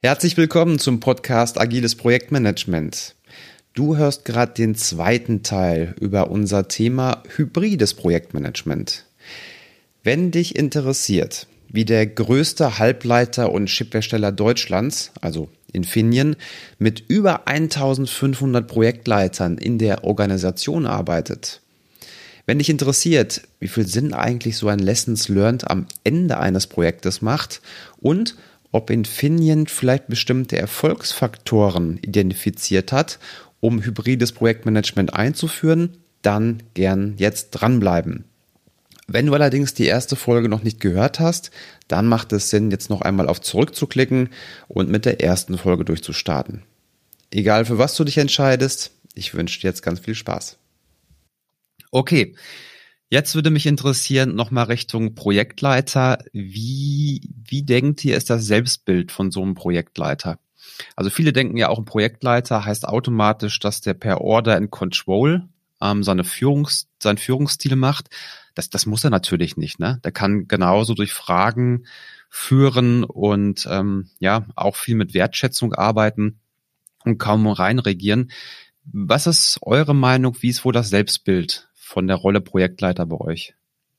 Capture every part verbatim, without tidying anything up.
Herzlich willkommen zum Podcast Agiles Projektmanagement. Du hörst gerade den zweiten Teil über unser Thema hybrides Projektmanagement. Wenn dich interessiert, wie der größte Halbleiter- und Chiphersteller Deutschlands, also Infineon, mit über eintausendfünfhundert Projektleitern in der Organisation arbeitet, wenn dich interessiert, wie viel Sinn eigentlich so ein Lessons Learned am Ende eines Projektes macht und ob Infineon vielleicht bestimmte Erfolgsfaktoren identifiziert hat, um hybrides Projektmanagement einzuführen, dann gern jetzt dranbleiben. Wenn du allerdings die erste Folge noch nicht gehört hast, dann macht es Sinn, jetzt noch einmal auf Zurück zu klicken und mit der ersten Folge durchzustarten. Egal für was du dich entscheidest, ich wünsche dir jetzt ganz viel Spaß. Okay, jetzt würde mich interessieren, nochmal Richtung Projektleiter. Wie, wie denkt ihr, ist das Selbstbild von so einem Projektleiter? Also viele denken ja auch, ein Projektleiter heißt automatisch, dass der per Order and Control ähm, seine Führungs, seinen Führungsstil macht. Das, das muss er natürlich nicht, ne? Der kann genauso durch Fragen führen und ähm, ja auch viel mit Wertschätzung arbeiten und kaum reinregieren. Was ist eure Meinung? Wie ist wohl das Selbstbild von der Rolle Projektleiter bei euch?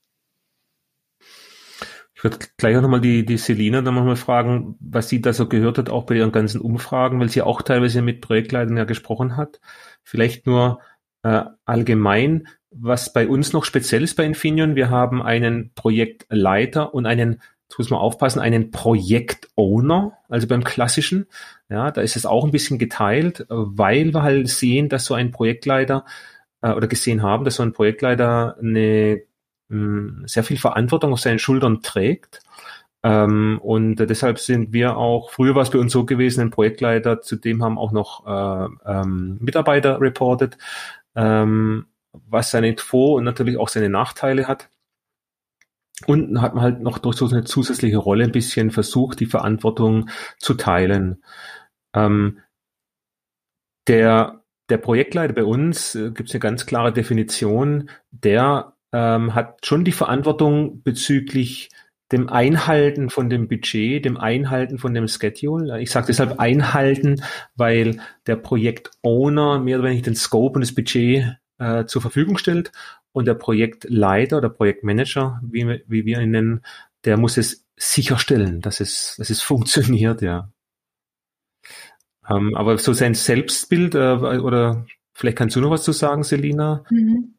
Ich würde gleich auch nochmal die, die Selina dann nochmal fragen, was sie da so gehört hat, auch bei ihren ganzen Umfragen, weil sie auch teilweise mit Projektleitern ja gesprochen hat. Vielleicht nur äh, allgemein, was bei uns noch speziell ist bei Infineon, wir haben einen Projektleiter und einen, jetzt muss man aufpassen, einen Projektowner, also beim klassischen. Ja, da ist es auch ein bisschen geteilt, weil wir halt sehen, dass so ein Projektleiter oder gesehen haben, dass so ein Projektleiter eine mh, sehr viel Verantwortung auf seinen Schultern trägt. Ähm, und äh, deshalb sind wir auch, früher war es bei uns so gewesen, ein Projektleiter, zudem haben auch noch äh, ähm, Mitarbeiter reported, ähm, was seine Vor- und natürlich auch seine Nachteile hat. Und hat man halt noch durch so eine zusätzliche Rolle ein bisschen versucht, die Verantwortung zu teilen. Ähm, der Der Projektleiter bei uns, äh, gibt es eine ganz klare Definition, der ähm, hat schon die Verantwortung bezüglich dem Einhalten von dem Budget, dem Einhalten von dem Schedule. Ich sage deshalb Einhalten, weil der Projektowner mehr oder weniger den Scope und das Budget äh, zur Verfügung stellt und der Projektleiter oder Projektmanager, wie, wie wir ihn nennen, der muss es sicherstellen, dass es, dass es funktioniert, ja. Um, aber so sein Selbstbild, äh, oder vielleicht kannst du noch was zu sagen, Selina? Mhm.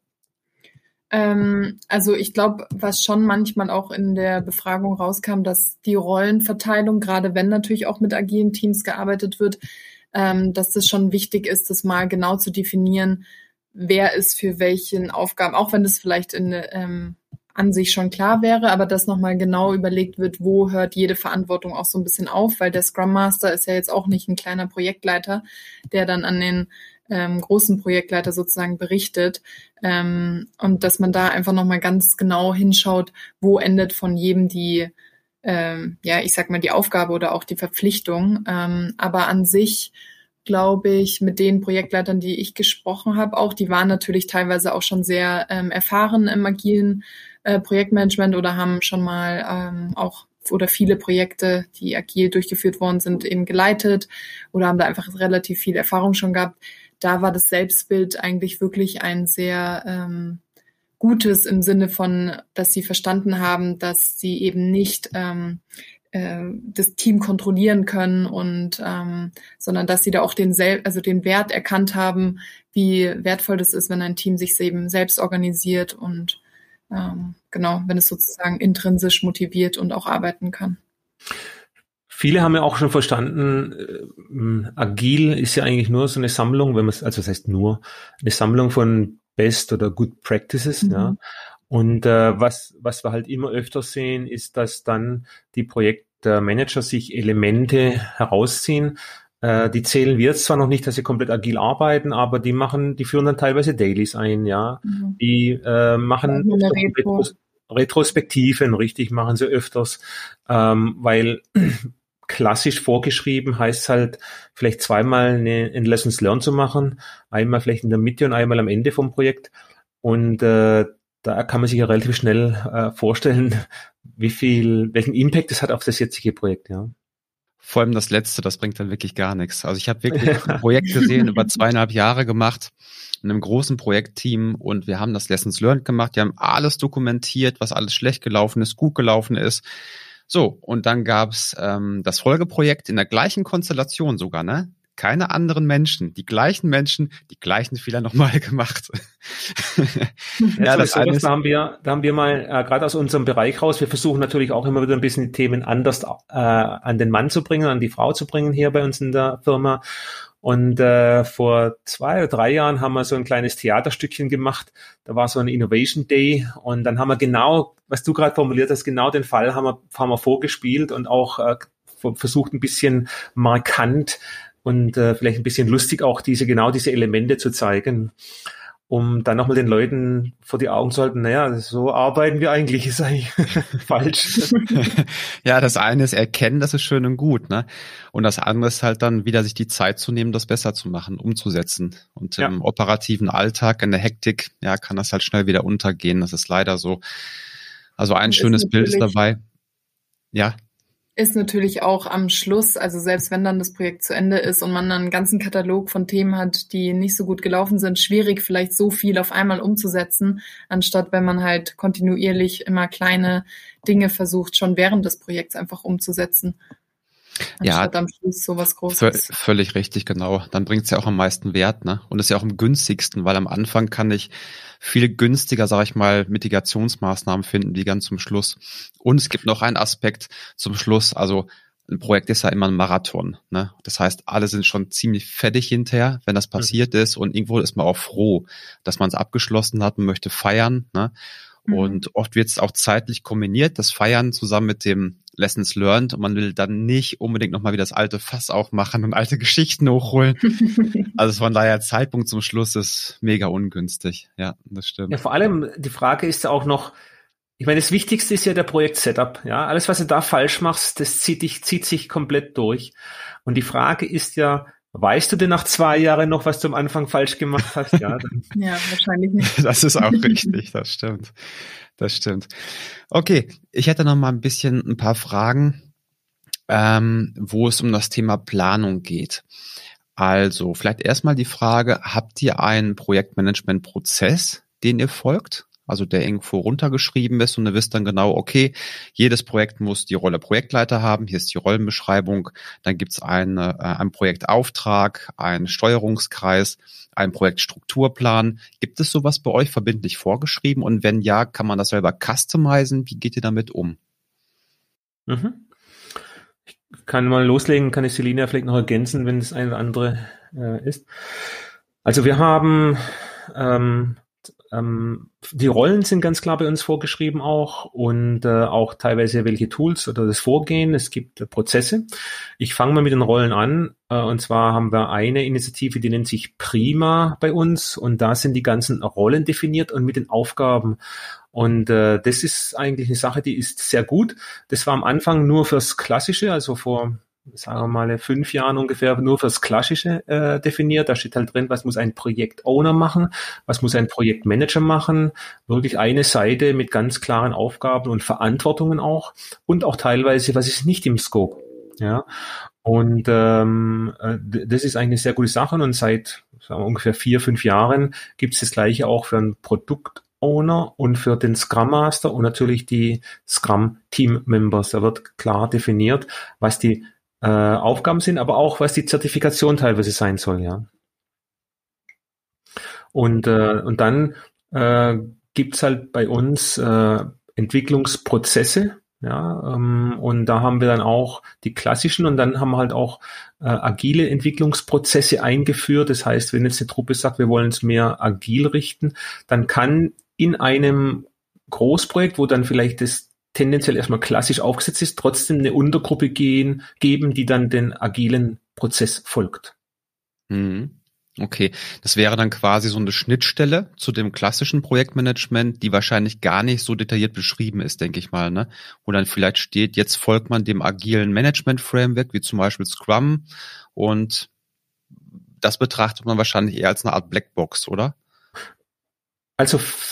Ähm, also ich glaube, was schon manchmal auch in der Befragung rauskam, dass die Rollenverteilung, gerade wenn natürlich auch mit agilen Teams gearbeitet wird, ähm, dass das schon wichtig ist, das mal genau zu definieren, wer ist für welchen Aufgaben, auch wenn das vielleicht in ähm, an sich schon klar wäre, aber dass nochmal genau überlegt wird, wo hört jede Verantwortung auch so ein bisschen auf, weil der Scrum Master ist ja jetzt auch nicht ein kleiner Projektleiter, der dann an den ähm, großen Projektleiter sozusagen berichtet, ähm, und dass man da einfach nochmal ganz genau hinschaut, wo endet von jedem die, ähm, ja, ich sag mal, die Aufgabe oder auch die Verpflichtung, ähm, aber an sich glaube ich, mit den Projektleitern, die ich gesprochen habe, auch, die waren natürlich teilweise auch schon sehr ähm, erfahren im agilen äh, Projektmanagement oder haben schon mal ähm, auch oder viele Projekte, die agil durchgeführt worden sind, eben geleitet oder haben da einfach relativ viel Erfahrung schon gehabt. Da war das Selbstbild eigentlich wirklich ein sehr ähm, gutes im Sinne von, dass sie verstanden haben, dass sie eben nicht ähm, das Team kontrollieren können und ähm, sondern dass sie da auch den sel- also den Wert erkannt haben, wie wertvoll das ist, wenn ein Team sich eben selbst organisiert und ähm, genau, wenn es sozusagen intrinsisch motiviert und auch arbeiten kann. Viele haben ja auch schon verstanden, äh, agil ist ja eigentlich nur so eine Sammlung, wenn man es, also das heißt nur eine Sammlung von Best oder Good Practices, mhm. ja. Und äh, was was wir halt immer öfter sehen, ist, dass dann die Projektmanager sich Elemente herausziehen. Äh, die zählen wir jetzt zwar noch nicht, dass sie komplett agil arbeiten, aber die machen, die führen dann teilweise Dailies ein, ja. Mhm. Die äh, machen Retros- Retrospektiven, richtig, machen sie öfters, ähm, weil klassisch vorgeschrieben heißt halt, vielleicht zweimal eine, ein Lessons Learned zu machen, einmal vielleicht in der Mitte und einmal am Ende vom Projekt. Und äh, da kann man sich ja relativ schnell äh, vorstellen, wie viel, welchen Impact es hat auf das jetzige Projekt, ja. Vor allem das Letzte, das bringt dann wirklich gar nichts. Also ich habe wirklich ein Projekt gesehen, über zweieinhalb Jahre gemacht, in einem großen Projektteam, und wir haben das Lessons Learned gemacht. Wir haben alles dokumentiert, was alles schlecht gelaufen ist, gut gelaufen ist. So, und dann gab's ähm, das Folgeprojekt in der gleichen Konstellation sogar, ne? Keine anderen Menschen, die gleichen Menschen, die gleichen Fehler nochmal gemacht. ja, ja, das eine ist, da haben wir, da haben wir mal äh, gerade aus unserem Bereich raus. Wir versuchen natürlich auch immer wieder ein bisschen die Themen anders äh, an den Mann zu bringen, an die Frau zu bringen hier bei uns in der Firma. Und äh, vor zwei oder drei Jahren haben wir so ein kleines Theaterstückchen gemacht. Da war so ein Innovation Day, und dann haben wir genau, was du gerade formuliert hast, genau den Fall haben wir, haben wir vorgespielt und auch äh, versucht, ein bisschen markant und äh, vielleicht ein bisschen lustig auch diese genau diese Elemente zu zeigen, um dann nochmal den Leuten vor die Augen zu halten, naja, so arbeiten wir eigentlich, ist eigentlich falsch. Ja, das eine ist erkennen, das ist schön und gut, ne? Und das andere ist halt dann wieder sich die Zeit zu nehmen, das besser zu machen, umzusetzen. Und ja. Im operativen Alltag, in der Hektik, ja, kann das halt schnell wieder untergehen. Das ist leider so. Also ein ist schönes Bild ist dabei. Ja. Ist natürlich auch am Schluss, also selbst wenn dann das Projekt zu Ende ist und man dann einen ganzen Katalog von Themen hat, die nicht so gut gelaufen sind, schwierig vielleicht so viel auf einmal umzusetzen, anstatt wenn man halt kontinuierlich immer kleine Dinge versucht, schon während des Projekts einfach umzusetzen. Anstatt ja, am Schluss sowas Großes. Völlig richtig, genau. Dann bringt es ja auch am meisten Wert, ne? Und ist ja auch am günstigsten, weil am Anfang kann ich viel günstiger, sage ich mal, Mitigationsmaßnahmen finden, wie ganz zum Schluss. Und es gibt noch einen Aspekt zum Schluss, also ein Projekt ist ja immer ein Marathon, ne? Das heißt, alle sind schon ziemlich fertig hinterher, wenn das passiert mhm. ist, und irgendwo ist man auch froh, dass man es abgeschlossen hat, man möchte feiern, ne? Mhm. Und oft wird es auch zeitlich kombiniert, das Feiern zusammen mit dem Lessons Learned, und man will dann nicht unbedingt nochmal wieder das alte Fass aufmachen und alte Geschichten hochholen. Also von daher, Zeitpunkt zum Schluss ist mega ungünstig. Ja, das stimmt. Ja, vor allem die Frage ist ja auch noch, ich meine, das Wichtigste ist ja der Projekt-Setup. Ja, alles, was du da falsch machst, das zieht dich, zieht sich komplett durch. Und die Frage ist ja, weißt du denn nach zwei Jahren noch, was du am Anfang falsch gemacht hast? Ja, dann ja, wahrscheinlich nicht. Das ist auch richtig, das stimmt. Das stimmt. Okay, ich hätte noch mal ein bisschen ein paar Fragen, ähm, wo es um das Thema Planung geht. Also vielleicht erstmal die Frage, habt ihr einen Projektmanagement-Prozess, den ihr folgt? Also der irgendwo runtergeschrieben ist, und ihr wisst dann genau, okay, jedes Projekt muss die Rolle Projektleiter haben, hier ist die Rollenbeschreibung, dann gibt's eine, äh, einen Projektauftrag, einen Steuerungskreis, einen Projektstrukturplan. Gibt es sowas bei euch verbindlich vorgeschrieben, und wenn ja, kann man das selber customizen? Wie geht ihr damit um? Mhm. Ich kann mal loslegen, kann ich Selina vielleicht noch ergänzen, wenn es eine oder andere äh, ist. Also wir haben ähm, Ähm, die Rollen sind ganz klar bei uns vorgeschrieben auch, und äh, auch teilweise welche Tools oder das Vorgehen. Es gibt äh, Prozesse. Ich fange mal mit den Rollen an, äh, und zwar haben wir eine Initiative, die nennt sich Prima bei uns, und da sind die ganzen Rollen definiert und mit den Aufgaben. Und äh, das ist eigentlich eine Sache, die ist sehr gut. Das war am Anfang nur fürs Klassische, also vor sagen wir mal fünf Jahren ungefähr, nur fürs Klassische äh, definiert. Da steht halt drin, was muss ein Projektowner machen, was muss ein Projektmanager machen. Wirklich eine Seite mit ganz klaren Aufgaben und Verantwortungen auch. Und auch teilweise, was ist nicht im Scope. Ja. Und ähm, das ist eigentlich eine sehr gute Sache. Und seit sagen wir, ungefähr vier, fünf Jahren gibt es das Gleiche auch für einen Produktowner und für den Scrum Master und natürlich die Scrum Team Members. Da wird klar definiert, was die Äh, Aufgaben sind, aber auch, was die Zertifikation teilweise sein soll, ja. Und, äh, und dann äh, gibt's halt bei uns äh, Entwicklungsprozesse, ja, ähm, und da haben wir dann auch die klassischen, und dann haben wir halt auch äh, agile Entwicklungsprozesse eingeführt. Das heißt, wenn jetzt eine Truppe sagt, wir wollen es mehr agil richten, dann kann in einem Großprojekt, wo dann vielleicht das tendenziell erstmal klassisch aufgesetzt ist, trotzdem eine Untergruppe gehen, geben, die dann den agilen Prozess folgt. Okay, das wäre dann quasi so eine Schnittstelle zu dem klassischen Projektmanagement, die wahrscheinlich gar nicht so detailliert beschrieben ist, denke ich mal, ne? Wo dann vielleicht steht, jetzt folgt man dem agilen Management-Framework, wie zum Beispiel Scrum, und das betrachtet man wahrscheinlich eher als eine Art Blackbox, oder? Also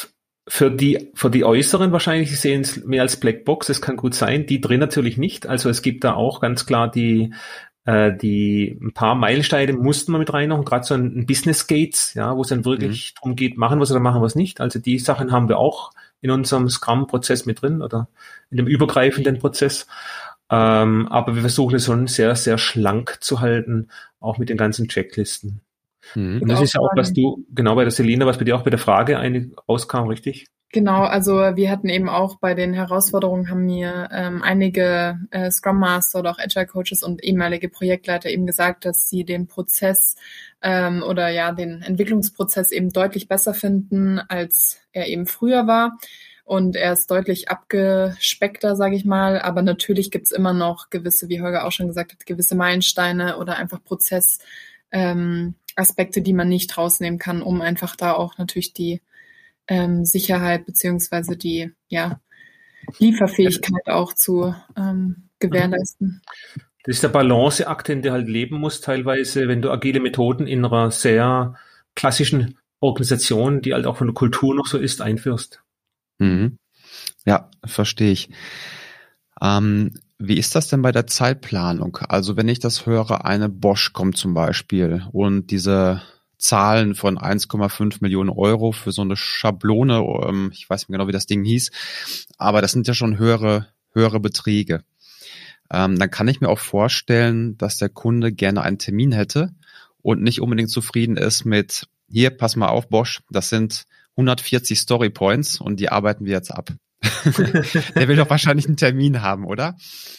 Für die, für die Äußeren wahrscheinlich, sie sehen es mehr als Blackbox, das kann gut sein, die drin natürlich nicht. Also es gibt da auch ganz klar die, äh, die, ein paar Meilensteine mussten wir mit reinmachen, gerade so ein, ein Business Gates, ja, wo es dann wirklich mhm. darum geht, machen wir es oder machen wir es nicht. Also die Sachen haben wir auch in unserem Scrum-Prozess mit drin oder in dem übergreifenden Prozess. Ähm, aber wir versuchen es schon sehr, sehr schlank zu halten, auch mit den ganzen Checklisten. Mhm. Und das ist ja auch, was du, genau bei der Selina, was bei dir auch bei der Frage eine rauskam, richtig? Genau, also wir hatten eben auch bei den Herausforderungen, haben mir ähm, einige äh, Scrum Master oder auch Agile Coaches und ehemalige Projektleiter eben gesagt, dass sie den Prozess ähm, oder ja den Entwicklungsprozess eben deutlich besser finden, als er eben früher war. Und er ist deutlich abgespeckter, sage ich mal. Aber natürlich gibt's immer noch gewisse, wie Holger auch schon gesagt hat, gewisse Meilensteine oder einfach Prozess ähm, Aspekte, die man nicht rausnehmen kann, um einfach da auch natürlich die ähm, Sicherheit beziehungsweise die ja, Lieferfähigkeit auch zu ähm, gewährleisten. Das ist der Balanceakt, den du halt leben musst teilweise, wenn du agile Methoden in einer sehr klassischen Organisation, die halt auch von der Kultur noch so ist, einführst. Mhm. Ja, verstehe ich. Ähm, Wie ist das denn bei der Zeitplanung? Also wenn ich das höre, eine Bosch kommt zum Beispiel und diese Zahlen von eins Komma fünf Millionen Euro für so eine Schablone, ich weiß nicht genau, wie das Ding hieß, aber das sind ja schon höhere, höhere Beträge. Ähm, dann kann ich mir auch vorstellen, dass der Kunde gerne einen Termin hätte und nicht unbedingt zufrieden ist mit, hier, pass mal auf, Bosch, das sind hundertvierzig Story Points und die arbeiten wir jetzt ab. Der will doch wahrscheinlich einen Termin haben, oder?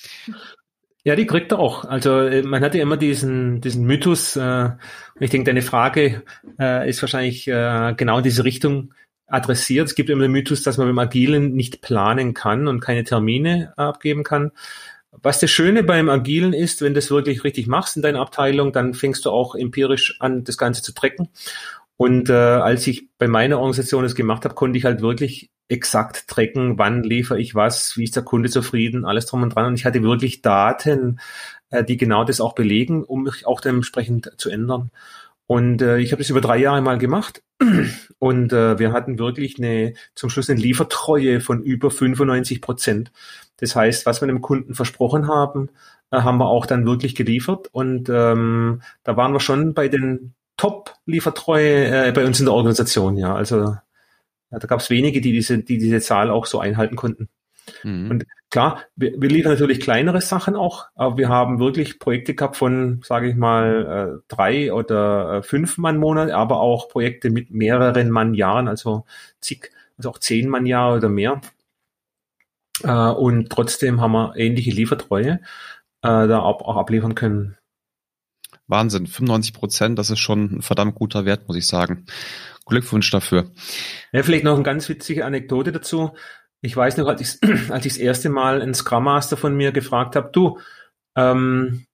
Ja, die kriegt er auch. Also man hat ja immer diesen diesen Mythos. Äh, ich denke, deine Frage äh, ist wahrscheinlich äh, genau in diese Richtung adressiert. Es gibt immer den Mythos, dass man beim Agilen nicht planen kann und keine Termine abgeben kann. Was das Schöne beim Agilen ist, wenn du es wirklich richtig machst in deiner Abteilung, dann fängst du auch empirisch an, das Ganze zu tracken. Und äh, als ich bei meiner Organisation das gemacht habe, konnte ich halt wirklich exakt tracken, wann liefere ich was, wie ist der Kunde zufrieden, alles drum und dran. Und ich hatte wirklich Daten, äh, die genau das auch belegen, um mich auch dementsprechend zu ändern. Und äh, ich habe das über drei Jahre mal gemacht und äh, wir hatten wirklich eine zum Schluss eine Liefertreue von über fünfundneunzig Prozent. Das heißt, was wir dem Kunden versprochen haben, äh, haben wir auch dann wirklich geliefert. Und ähm, da waren wir schon bei den Top-Liefertreue äh, bei uns in der Organisation, ja. Also ja, da gab es wenige, die diese, die diese Zahl auch so einhalten konnten. Mhm. Und klar, wir, wir liefern natürlich kleinere Sachen auch, aber wir haben wirklich Projekte gehabt von, sage ich mal, äh, drei oder äh, fünf Mann-Monate, aber auch Projekte mit mehreren Mann-Jahren, also zig, also auch zehn Mann-Jahre oder mehr. Äh, und trotzdem haben wir ähnliche Liefertreue äh, da auch, auch abliefern können. Wahnsinn, fünfundneunzig Prozent, das ist schon ein verdammt guter Wert, muss ich sagen. Glückwunsch dafür. Ja, vielleicht noch eine ganz witzige Anekdote dazu. Ich weiß noch, als ich als ich das erste Mal einen Scrum Master von mir gefragt habe, du, ähm,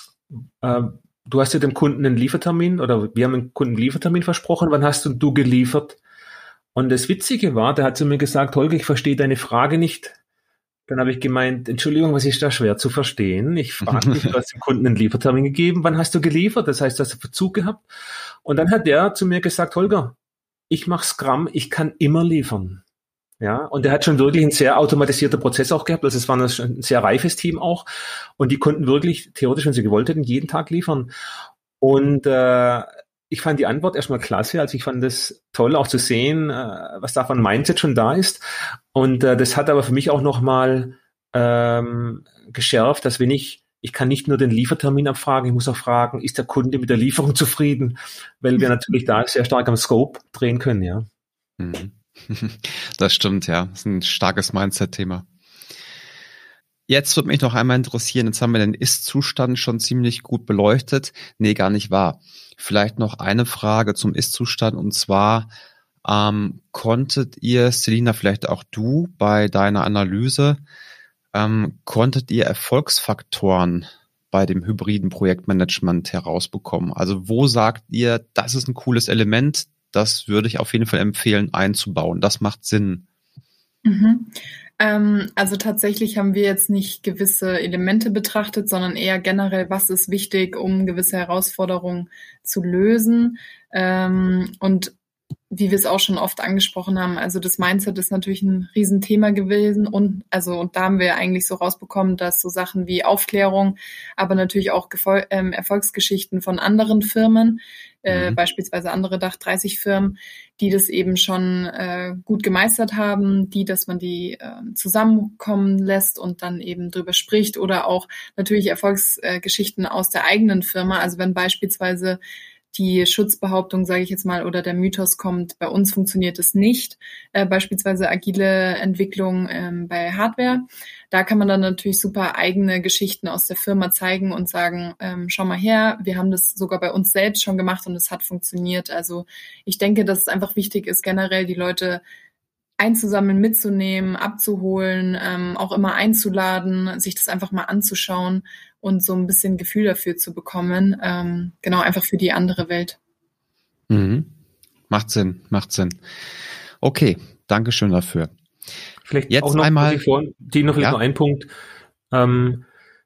äh, du hast ja dem Kunden einen Liefertermin oder wir haben dem Kunden einen Liefertermin versprochen, wann hast du, du geliefert? Und das Witzige war, der hat zu mir gesagt, Holger, ich verstehe deine Frage nicht. Dann habe ich gemeint, Entschuldigung, was ist da schwer zu verstehen? Ich frage mich, du hast dem Kunden einen Liefertermin gegeben, wann hast du geliefert? Das heißt, du hast einen Verzug gehabt. Und dann hat der zu mir gesagt, Holger, ich mache Scrum, ich kann immer liefern. Ja, und der hat schon wirklich einen sehr automatisierten Prozess auch gehabt. Also es war ein sehr reifes Team auch. Und die konnten wirklich, theoretisch, wenn sie gewollt hätten, jeden Tag liefern. Und äh, ich fand die Antwort erstmal klasse. Also ich fand das toll, auch zu sehen, äh, was da von Mindset schon da ist. Und äh, das hat aber für mich auch nochmal ähm, geschärft, dass wenn ich, ich kann nicht nur den Liefertermin abfragen, ich muss auch fragen, ist der Kunde mit der Lieferung zufrieden? Weil wir natürlich da sehr stark am Scope drehen können, ja. Das stimmt, ja. Das ist ein starkes Mindset-Thema. Jetzt würde mich noch einmal interessieren, jetzt haben wir den Ist-Zustand schon ziemlich gut beleuchtet. Nee, gar nicht wahr. Vielleicht noch eine Frage zum Ist-Zustand und zwar, ähm, konntet ihr, Selina, vielleicht auch du bei deiner Analyse, ähm, konntet ihr Erfolgsfaktoren bei dem hybriden Projektmanagement herausbekommen? Also wo sagt ihr, das ist ein cooles Element, das würde ich auf jeden Fall empfehlen einzubauen, das macht Sinn? Mhm. Ähm, also tatsächlich haben wir jetzt nicht gewisse Elemente betrachtet, sondern eher generell, was ist wichtig, um gewisse Herausforderungen zu lösen. Ähm, und wie wir es auch schon oft angesprochen haben, also das Mindset ist natürlich ein Riesenthema gewesen und also und da haben wir eigentlich so rausbekommen, dass so Sachen wie Aufklärung, aber natürlich auch Gefol- ähm, Erfolgsgeschichten von anderen Firmen, äh, mhm. beispielsweise andere Dach dreißig Firmen, die das eben schon äh, gut gemeistert haben, die, dass man die äh, zusammenkommen lässt und dann eben drüber spricht oder auch natürlich Erfolgsgeschichten äh, aus der eigenen Firma, also wenn beispielsweise die Schutzbehauptung, sage ich jetzt mal, oder der Mythos kommt, bei uns funktioniert es nicht, äh, beispielsweise agile Entwicklung ähm, bei Hardware. Da kann man dann natürlich super eigene Geschichten aus der Firma zeigen und sagen, ähm, schau mal her, wir haben das sogar bei uns selbst schon gemacht und es hat funktioniert. Also ich denke, dass es einfach wichtig ist, generell die Leute einzusammeln, mitzunehmen, abzuholen, ähm, auch immer einzuladen, sich das einfach mal anzuschauen und so ein bisschen Gefühl dafür zu bekommen. Ähm, genau, einfach für die andere Welt. Mhm. Macht Sinn, macht Sinn. Okay, danke schön dafür. Vielleicht jetzt auch noch einmal, vor, die noch, ja? noch ein Punkt. Ähm,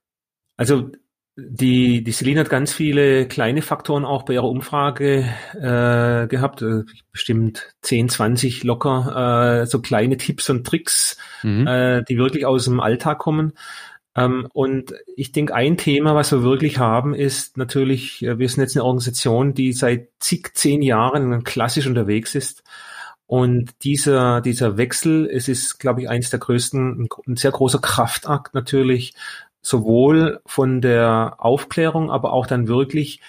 also Die, die Celine hat ganz viele kleine Faktoren auch bei ihrer Umfrage äh, gehabt, äh, bestimmt zehn, zwanzig locker, äh, so kleine Tipps und Tricks, mhm. äh, die wirklich aus dem Alltag kommen. Ähm, und ich denke, ein Thema, was wir wirklich haben, ist natürlich, wir sind jetzt eine Organisation, die seit zig, zehn Jahren klassisch unterwegs ist. Und dieser, dieser Wechsel, es ist, glaube ich, eines der größten, ein sehr großer Kraftakt natürlich, sowohl von der Aufklärung, aber auch dann wirklich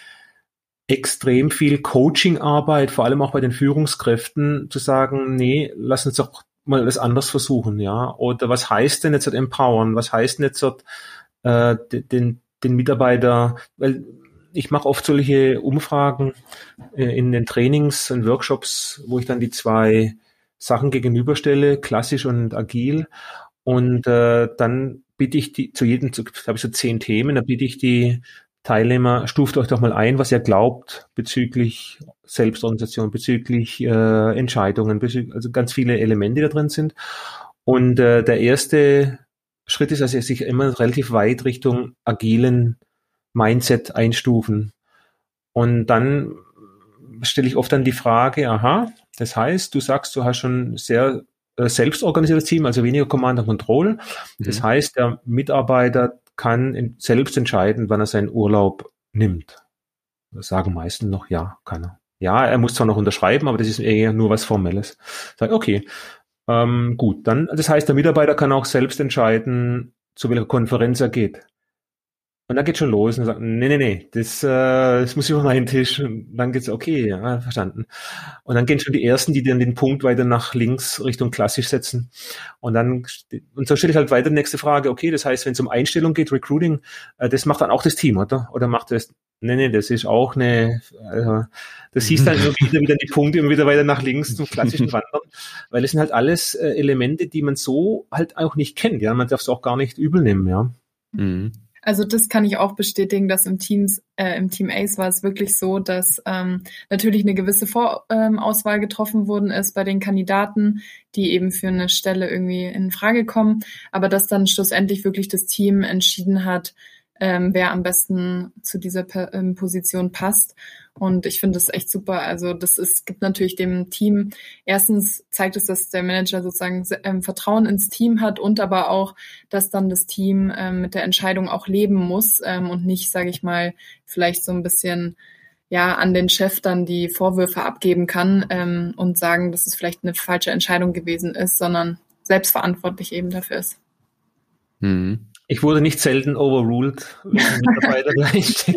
extrem viel Coaching-Arbeit, vor allem auch bei den Führungskräften, zu sagen, nee, lass uns doch mal das anders versuchen, ja. Oder was heißt denn jetzt empowern? Was heißt denn jetzt äh, den, den Mitarbeiter, weil ich mache oft solche Umfragen äh, in den Trainings und Workshops, wo ich dann die zwei Sachen gegenüberstelle, klassisch und agil. Und äh, dann bitte ich die, zu jedem, zu, habe ich so zehn Themen, da bitte ich die Teilnehmer, stuft euch doch mal ein, was ihr glaubt bezüglich Selbstorganisation, bezüglich äh, Entscheidungen, bezüglich, also ganz viele Elemente, die da drin sind. Und äh, der erste Schritt ist, dass ihr sich immer relativ weit Richtung agilen Mindset einstufen. Und dann stelle ich oft dann die Frage, aha, das heißt, du sagst, du hast schon sehr selbstorganisiertes Team, also weniger Command and Control. Das mhm. heißt, der Mitarbeiter kann selbst entscheiden, wann er seinen Urlaub nimmt. Das sagen meistens noch, ja, kann er. Ja, er muss zwar noch unterschreiben, aber das ist eher nur was Formelles. Sag, okay, ähm, gut, dann, das heißt, der Mitarbeiter kann auch selbst entscheiden, zu welcher Konferenz er geht. Und dann geht schon los und sagt, nee, nee, nee, das, äh, das muss ich auf meinen Tisch. Und dann geht's, okay, ja, verstanden. Und dann gehen schon die Ersten, die dann den Punkt weiter nach links Richtung klassisch setzen. Und dann, und so stelle ich halt weiter die nächste Frage, okay, das heißt, wenn es um Einstellung geht, Recruiting, äh, das macht dann auch das Team, oder? Oder macht das, nee, nee, das ist auch eine, also, das hieß dann immer wieder, wieder die Punkte immer wieder weiter nach links zum klassischen Wandern. Weil es sind halt alles äh, Elemente, die man so halt auch nicht kennt, ja. Man darf es auch gar nicht übel nehmen, ja. Mhm. Also das kann ich auch bestätigen, dass im Teams, äh, im Team Ace war es wirklich so, dass ähm, natürlich eine gewisse Vorauswahl ähm, getroffen worden ist bei den Kandidaten, die eben für eine Stelle irgendwie in Frage kommen, aber dass dann schlussendlich wirklich das Team entschieden hat, ähm, wer am besten zu dieser P- ähm, Position passt. Und ich finde das echt super. Also das ist, gibt natürlich dem Team, erstens zeigt es, dass der Manager sozusagen ähm, Vertrauen ins Team hat und aber auch, dass dann das Team ähm, mit der Entscheidung auch leben muss ähm, und nicht, sage ich mal, vielleicht so ein bisschen ja an den Chef dann die Vorwürfe abgeben kann ähm, und sagen, dass es vielleicht eine falsche Entscheidung gewesen ist, sondern selbstverantwortlich eben dafür ist. Mhm. Ich wurde nicht selten overruled. Mitarbeiter gleich.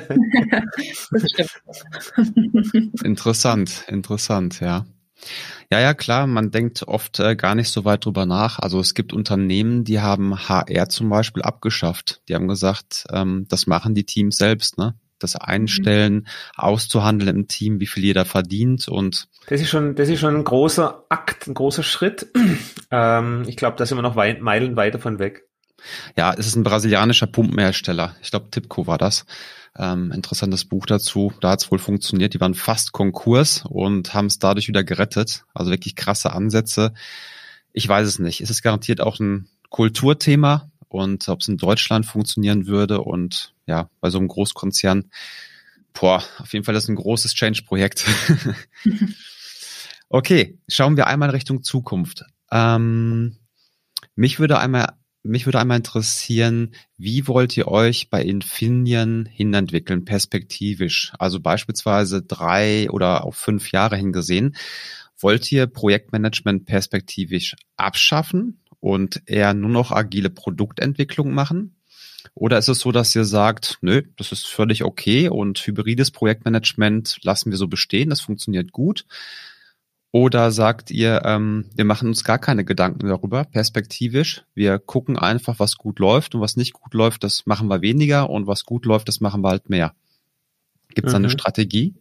Das stimmt. Interessant, interessant, ja. Ja, ja, klar, man denkt oft äh, gar nicht so weit drüber nach. Also es gibt Unternehmen, die haben H R zum Beispiel abgeschafft. Die haben gesagt, ähm, das machen die Teams selbst, ne? Das Einstellen, mhm. auszuhandeln im Team, wie viel jeder verdient und das ist schon, das ist schon ein großer Akt, ein großer Schritt. ähm, ich glaube, da sind wir noch weit, Meilen weit davon weg. Ja, es ist ein brasilianischer Pumpenhersteller. Ich glaube, Tipco war das. Ähm, interessantes Buch dazu. Da hat es wohl funktioniert. Die waren fast Konkurs und haben es dadurch wieder gerettet. Also wirklich krasse Ansätze. Ich weiß es nicht. Es ist garantiert auch ein Kulturthema und ob es in Deutschland funktionieren würde und ja, bei so einem Großkonzern, boah, auf jeden Fall ist es ein großes Change-Projekt. Okay, schauen wir einmal Richtung Zukunft. Ähm, mich würde einmal, mich würde einmal interessieren, wie wollt ihr euch bei Infineon hinentwickeln, perspektivisch? Also beispielsweise drei oder auf fünf Jahre hingesehen. Wollt ihr Projektmanagement perspektivisch abschaffen und eher nur noch agile Produktentwicklung machen? Oder ist es so, dass ihr sagt, nö, das ist völlig okay und hybrides Projektmanagement lassen wir so bestehen, das funktioniert gut? Oder sagt ihr, ähm, wir machen uns gar keine Gedanken darüber, perspektivisch. Wir gucken einfach, was gut läuft und was nicht gut läuft, das machen wir weniger und was gut läuft, das machen wir halt mehr. Gibt es da Mhm. eine Strategie?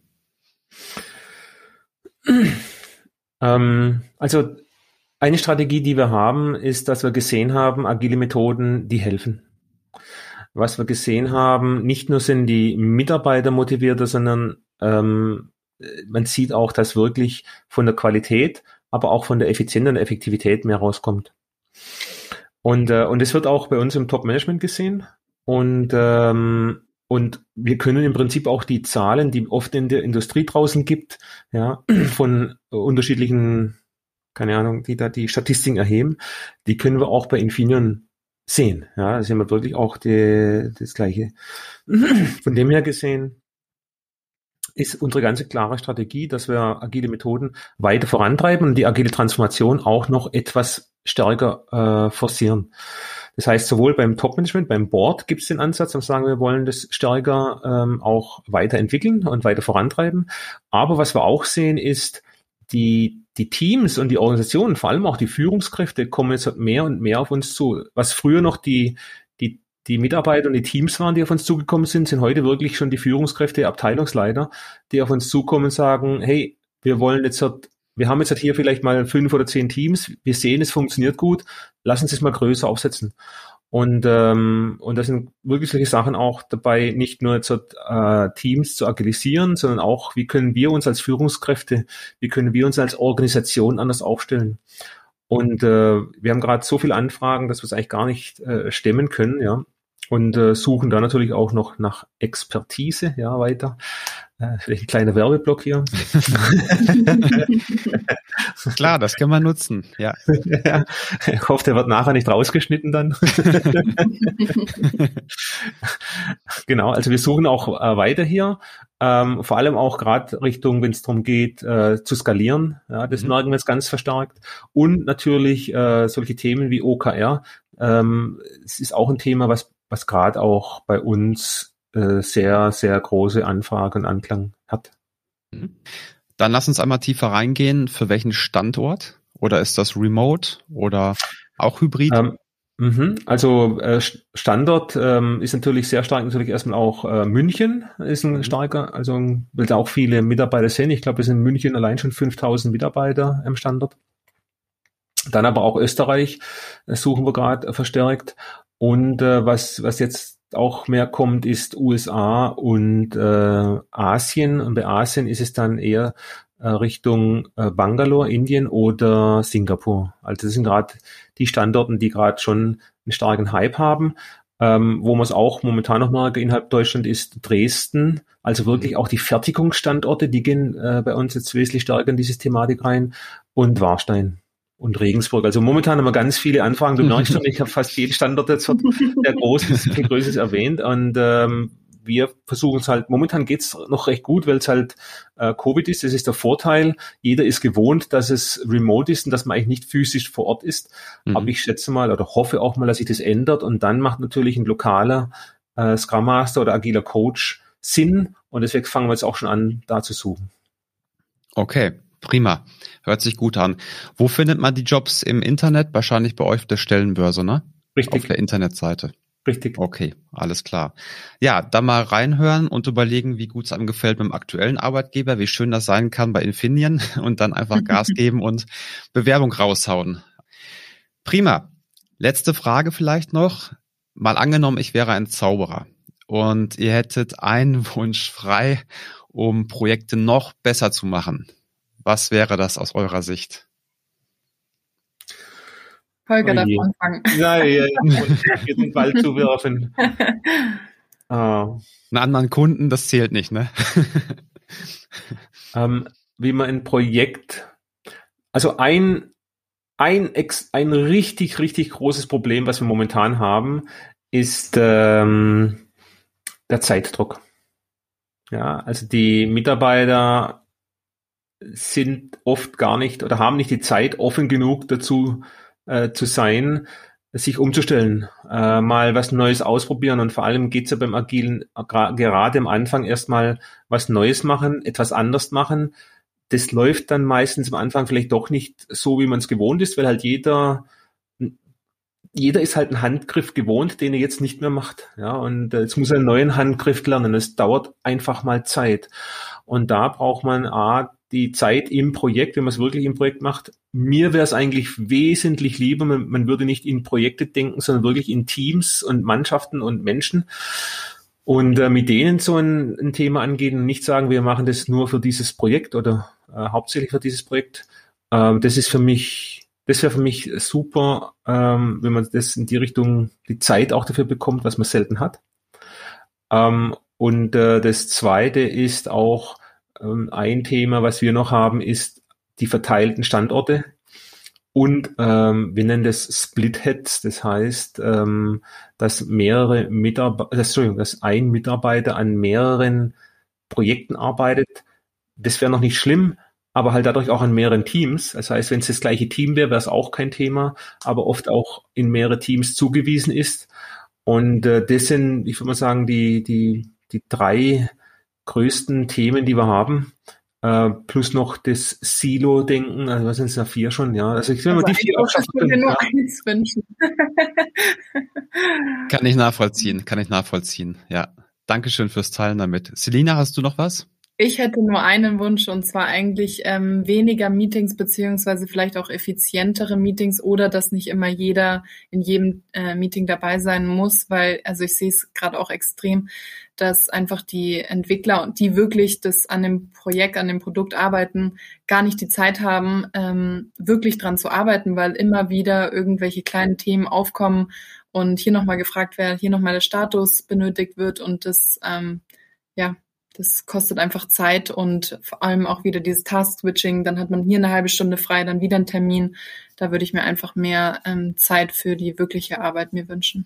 Ähm, also eine Strategie, die wir haben, ist, dass wir gesehen haben, agile Methoden, die helfen. Was wir gesehen haben, nicht nur sind die Mitarbeiter motivierter, sondern ähm, man sieht auch, dass wirklich von der Qualität, aber auch von der Effizienz und der Effektivität mehr rauskommt. Und äh, und es wird auch bei uns im Top-Management gesehen. Und ähm, und wir können im Prinzip auch die Zahlen, die oft in der Industrie draußen gibt, ja, von unterschiedlichen, keine Ahnung, die da die Statistiken erheben, die können wir auch bei Infineon sehen. Ja, da sehen wir wirklich auch die, das Gleiche. Von dem her gesehen ist unsere ganze klare Strategie, dass wir agile Methoden weiter vorantreiben und die agile Transformation auch noch etwas stärker äh, forcieren. Das heißt, sowohl beim Top-Management, beim Board gibt es den Ansatz, dass wir sagen, wir wollen das stärker ähm, auch weiterentwickeln und weiter vorantreiben. Aber was wir auch sehen, ist, die, die Teams und die Organisationen, vor allem auch die Führungskräfte, kommen jetzt mehr und mehr auf uns zu. Was früher noch die, die, die Mitarbeiter und die Teams waren, die auf uns zugekommen sind, sind heute wirklich schon die Führungskräfte, Abteilungsleiter, die auf uns zukommen und sagen, hey, wir wollen jetzt halt, wir haben jetzt halt hier vielleicht mal fünf oder zehn Teams, wir sehen, es funktioniert gut, lass uns das mal größer aufsetzen. Und ähm, und da sind wirklich solche Sachen auch dabei, nicht nur zu, äh, Teams zu agilisieren, sondern auch, wie können wir uns als Führungskräfte, wie können wir uns als Organisation anders aufstellen. Und äh, wir haben gerade so viele Anfragen, dass wir es eigentlich gar nicht äh, stemmen können, ja. Und äh, suchen da natürlich auch noch nach Expertise, ja, weiter. Äh, vielleicht ein kleiner Werbeblock hier. Klar, das kann man nutzen, ja. Ja, ich hoffe, der wird nachher nicht rausgeschnitten dann. Genau, also wir suchen auch äh, weiter hier, ähm, vor allem auch gerade Richtung, wenn es darum geht, äh, zu skalieren. Ja, das mhm. merken wir jetzt ganz verstärkt. Und natürlich äh, solche Themen wie O K R. Ähm, es ist auch ein Thema, was, was gerade auch bei uns äh, sehr, sehr große Anfrage und Anklang hat. Dann lass uns einmal tiefer reingehen. Für welchen Standort? Oder ist das remote oder auch hybrid? Ähm, mh. Also äh, Standort ähm, ist natürlich sehr stark, natürlich erstmal auch äh, München ist ein starker, also weil da auch viele Mitarbeiter sind. Ich glaube, es sind in München allein schon fünftausend Mitarbeiter im Standort. Dann aber auch Österreich äh, suchen wir gerade verstärkt. Und äh, was was jetzt auch mehr kommt, ist U S A und äh, Asien. Und bei Asien ist es dann eher äh, Richtung äh, Bangalore, Indien oder Singapur. Also das sind gerade die Standorte, die gerade schon einen starken Hype haben. Ähm, wo man es auch momentan noch merkt innerhalb Deutschland ist Dresden. Also wirklich auch die Fertigungsstandorte, die gehen äh, bei uns jetzt wesentlich stärker in diese Thematik rein. Und Warstein. Und Regensburg. Also momentan haben wir ganz viele Anfragen. Du merkst schon, ich habe fast jeden Standort jetzt wird der Großes, viel Größeres erwähnt. Und ähm, wir versuchen es halt, momentan geht's noch recht gut, weil es halt äh, Covid ist. Das ist der Vorteil. Jeder ist gewohnt, dass es remote ist und dass man eigentlich nicht physisch vor Ort ist. Mhm. Aber ich schätze mal oder hoffe auch mal, dass sich das ändert. Und dann macht natürlich ein lokaler äh, Scrum Master oder agiler Coach Sinn. Und deswegen fangen wir jetzt auch schon an, da zu suchen. Okay. Prima. Hört sich gut an. Wo findet man die Jobs im Internet? Wahrscheinlich bei euch auf der Stellenbörse, ne? Richtig. Auf der Internetseite. Richtig. Okay, alles klar. Ja, dann mal reinhören und überlegen, wie gut es einem gefällt mit dem aktuellen Arbeitgeber, wie schön das sein kann bei Infineon und dann einfach Gas geben und Bewerbung raushauen. Prima. Letzte Frage vielleicht noch. Mal angenommen, ich wäre ein Zauberer und ihr hättet einen Wunsch frei, um Projekte noch besser zu machen. Was wäre das aus eurer Sicht? Holger darf anfangen. Ja, ja, ja. Den Ball zu werfen. Uh. Einen anderen Kunden, das zählt nicht, ne? ähm, wie man ein Projekt Also ein, ein, ex, ein richtig, richtig großes Problem, was wir momentan haben, ist ähm, der Zeitdruck. Ja, also die Mitarbeiter sind oft gar nicht oder haben nicht die Zeit, offen genug dazu äh, zu sein, sich umzustellen, äh, mal was Neues ausprobieren. Und vor allem geht's ja beim Agilen gra- gerade am Anfang erstmal was Neues machen, etwas anders machen. Das läuft dann meistens am Anfang vielleicht doch nicht so, wie man es gewohnt ist, weil halt jeder jeder ist halt einen Handgriff gewohnt, den er jetzt nicht mehr macht. Ja, und äh, jetzt muss er einen neuen Handgriff lernen. Es dauert einfach mal Zeit. Und da braucht man A, die Zeit im Projekt, wenn man es wirklich im Projekt macht. Mir wäre es eigentlich wesentlich lieber, man, man würde nicht in Projekte denken, sondern wirklich in Teams und Mannschaften und Menschen. Und äh, mit denen so ein, ein Thema angehen und nicht sagen, wir machen das nur für dieses Projekt oder äh, hauptsächlich für dieses Projekt. Ähm, das ist für mich, das wäre für mich super, ähm, wenn man das in die Richtung, die Zeit auch dafür bekommt, was man selten hat. Ähm, und äh, das Zweite ist auch ähm, ein Thema, was wir noch haben, ist die verteilten Standorte. Und ähm, wir nennen das Split Heads, das heißt, ähm, dass mehrere Mitarbeiter, Entschuldigung, dass ein Mitarbeiter an mehreren Projekten arbeitet. Das wäre noch nicht schlimm, aber halt dadurch auch an mehreren Teams. Das heißt, wenn es das gleiche Team wäre, wäre es auch kein Thema, aber oft auch in mehrere Teams zugewiesen ist. Und äh, das sind, ich würde mal sagen, die die die drei größten Themen, die wir haben. Uh, plus noch das Silo-Denken, also was sind es da vier schon, ja. Also ich will also mal die vier abschaffen. Ich würde mir nur ja. eins wünschen. Kann ich nachvollziehen, kann ich nachvollziehen, ja. Dankeschön fürs Teilen damit. Selina, hast du noch was? Ich hätte nur einen Wunsch, und zwar eigentlich ähm, weniger Meetings beziehungsweise vielleicht auch effizientere Meetings oder dass nicht immer jeder in jedem äh, Meeting dabei sein muss, weil, also ich sehe es gerade auch extrem, dass einfach die Entwickler und die wirklich das an dem Projekt, an dem Produkt arbeiten, gar nicht die Zeit haben, ähm, wirklich dran zu arbeiten, weil immer wieder irgendwelche kleinen Themen aufkommen und hier nochmal gefragt wird, hier nochmal der Status benötigt wird und das, ähm, ja, das kostet einfach Zeit und vor allem auch wieder dieses Task-Switching. Dann hat man hier eine halbe Stunde frei, dann wieder einen Termin. Da würde ich mir einfach mehr ähm, Zeit für die wirkliche Arbeit mir wünschen.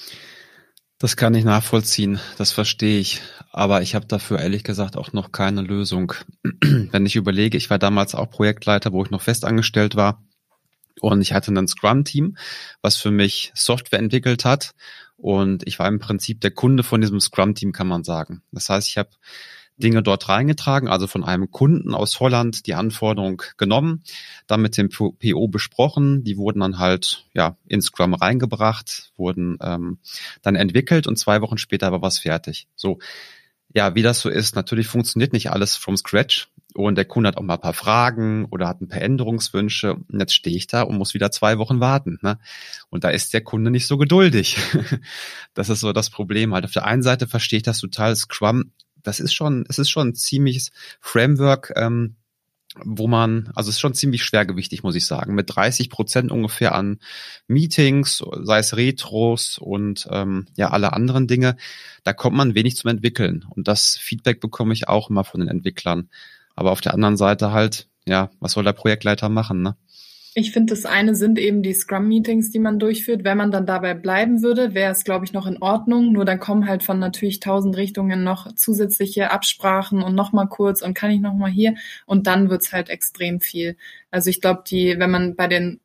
Das kann ich nachvollziehen, das verstehe ich. Aber ich habe dafür ehrlich gesagt auch noch keine Lösung. Wenn ich überlege, ich war damals auch Projektleiter, wo ich noch festangestellt war. Und ich hatte ein Scrum-Team, was für mich Software entwickelt hat. Und ich war im Prinzip der Kunde von diesem Scrum-Team, kann man sagen. Das heißt, ich habe Dinge dort reingetragen, also von einem Kunden aus Holland die Anforderung genommen, dann mit dem P O besprochen. Die wurden dann halt ja in Scrum reingebracht, wurden ähm, dann entwickelt und zwei Wochen später war was fertig. So, ja, wie das so ist, natürlich funktioniert nicht alles from scratch. Und der Kunde hat auch mal ein paar Fragen oder hat ein paar Änderungswünsche. Und jetzt stehe ich da und muss wieder zwei Wochen warten. Ne? Und da ist der Kunde nicht so geduldig. Das ist so das Problem. Halt auf der einen Seite verstehe ich das total. Scrum, das ist schon, es ist schon ein ziemliches Framework, ähm, wo man, also es ist schon ziemlich schwergewichtig, muss ich sagen, mit dreißig Prozent ungefähr an Meetings, sei es Retros und ähm, ja alle anderen Dinge. Da kommt man wenig zum Entwickeln. Und das Feedback bekomme ich auch immer von den Entwicklern. Aber auf der anderen Seite halt, ja, was soll der Projektleiter machen, ne? Ich finde, das eine sind eben die Scrum-Meetings, die man durchführt. Wenn man dann dabei bleiben würde, wäre es, glaube ich, noch in Ordnung. Nur dann kommen halt von natürlich tausend Richtungen noch zusätzliche Absprachen und nochmal kurz und kann ich nochmal hier. Und dann wird's halt extrem viel. Also ich glaube, die, wenn man bei den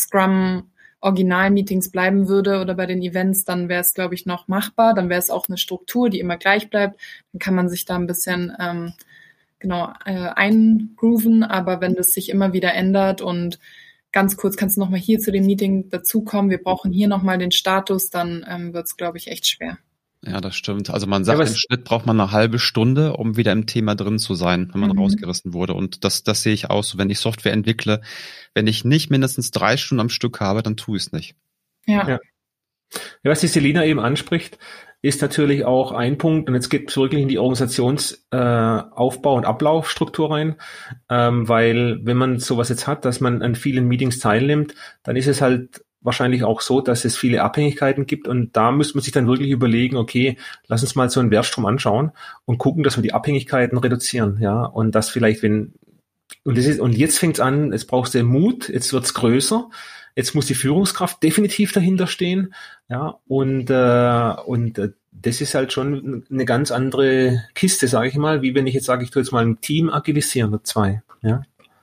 Scrum-Original-Meetings bleiben würde oder bei den Events, dann wäre es, glaube ich, noch machbar. Dann wäre es auch eine Struktur, die immer gleich bleibt. Dann kann man sich da ein bisschen ähm, genau äh, eingrooven. Aber wenn das sich immer wieder ändert und ganz kurz, kannst du nochmal hier zu dem Meeting dazukommen, wir brauchen hier nochmal den Status, dann ähm, wird es, glaube ich, echt schwer. Ja, das stimmt. Also man sagt, ja, im Schnitt braucht man eine halbe Stunde, um wieder im Thema drin zu sein, wenn man mhm. rausgerissen wurde. Und das, das sehe ich auch so, wenn ich Software entwickle, wenn ich nicht mindestens drei Stunden am Stück habe, dann tue ich es nicht. Ja. ja. Ja, was die Selina eben anspricht, ist natürlich auch ein Punkt, und jetzt geht es wirklich in die Organisationsaufbau- äh, und Ablaufstruktur rein, ähm, weil wenn man sowas jetzt hat, dass man an vielen Meetings teilnimmt, dann ist es halt wahrscheinlich auch so, dass es viele Abhängigkeiten gibt und da müsste man sich dann wirklich überlegen, okay, lass uns mal so einen Wertstrom anschauen und gucken, dass wir die Abhängigkeiten reduzieren, ja, und dass vielleicht, wenn und, das ist, und jetzt fängt es an, jetzt brauchst du Mut, jetzt wird's größer, jetzt muss die Führungskraft definitiv dahinter stehen, ja, und, äh, und äh, das ist halt schon eine ganz andere Kiste, sage ich mal, wie wenn ich jetzt sage, ich tue jetzt mal ein Team agilisieren oder zwei, ja.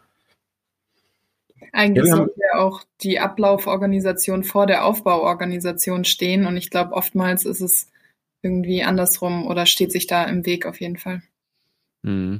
Eigentlich Ja, sollte ja auch die Ablauforganisation vor der Aufbauorganisation stehen und ich glaube, oftmals ist es irgendwie andersrum oder steht sich da im Weg auf jeden Fall. Mhm.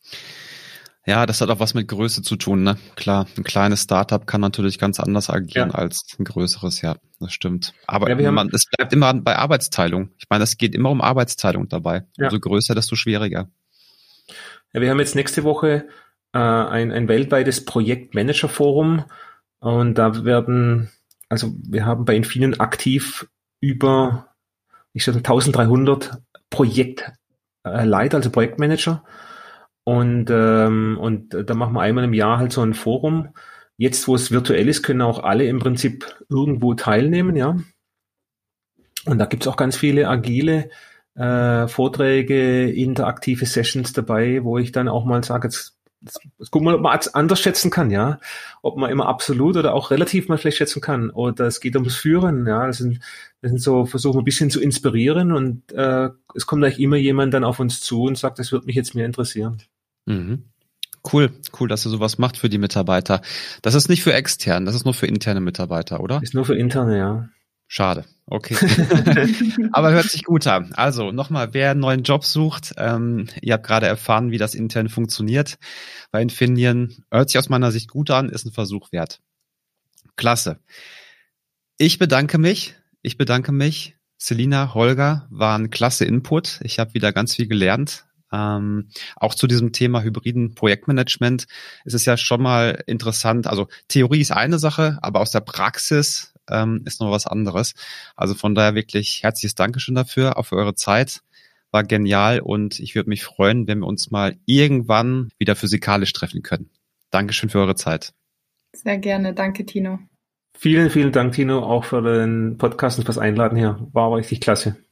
Ja, das hat auch was mit Größe zu tun, ne? Klar, ein kleines Startup kann natürlich ganz anders agieren ja. als ein größeres, ja, das stimmt. Aber ja, man, es bleibt immer bei Arbeitsteilung. Ich meine, es geht immer um Arbeitsteilung dabei. Ja. Umso größer, desto schwieriger. Ja, wir haben jetzt nächste Woche äh, ein, ein weltweites Projektmanager-Forum und da werden, also wir haben bei Infineon aktiv über, ich sage eintausenddreihundert Projektleiter, also Projektmanager. Und, ähm, und da machen wir einmal im Jahr halt so ein Forum. Jetzt, wo es virtuell ist, können auch alle im Prinzip irgendwo teilnehmen, ja. Und da gibt's auch ganz viele agile äh, Vorträge, interaktive Sessions dabei, wo ich dann auch mal sage, jetzt, jetzt, jetzt gucken wir mal, ob man es anders schätzen kann, ja. Ob man immer absolut oder auch relativ mal vielleicht schätzen kann. Oder es geht ums Führen, ja. Das sind, das sind so, versuchen wir ein bisschen zu inspirieren und äh, es kommt eigentlich immer jemand dann auf uns zu und sagt, das würde mich jetzt mehr interessieren. Mhm. Cool, cool, dass ihr sowas macht für die Mitarbeiter. Das ist nicht für extern, das ist nur für interne Mitarbeiter, oder? Ist nur für interne, ja. Schade, okay. Aber hört sich gut an. Also nochmal, wer einen neuen Job sucht, ähm, ihr habt gerade erfahren, wie das intern funktioniert bei Infineon. Hört sich aus meiner Sicht gut an, ist ein Versuch wert. Klasse. Ich bedanke mich, ich bedanke mich. Selina, Holger, war ein klasse Input. Ich habe wieder ganz viel gelernt. Ähm, auch zu diesem Thema hybriden Projektmanagement ist es ja schon mal interessant. Also Theorie ist eine Sache, aber aus der Praxis ähm, ist noch was anderes. Also von daher wirklich herzliches Dankeschön dafür, auch für eure Zeit. War genial und ich würde mich freuen, wenn wir uns mal irgendwann wieder physikalisch treffen können. Dankeschön für eure Zeit. Sehr gerne. Danke, Tino. Vielen, vielen Dank, Tino, auch für den Podcast und fürs Einladen hier. War richtig klasse.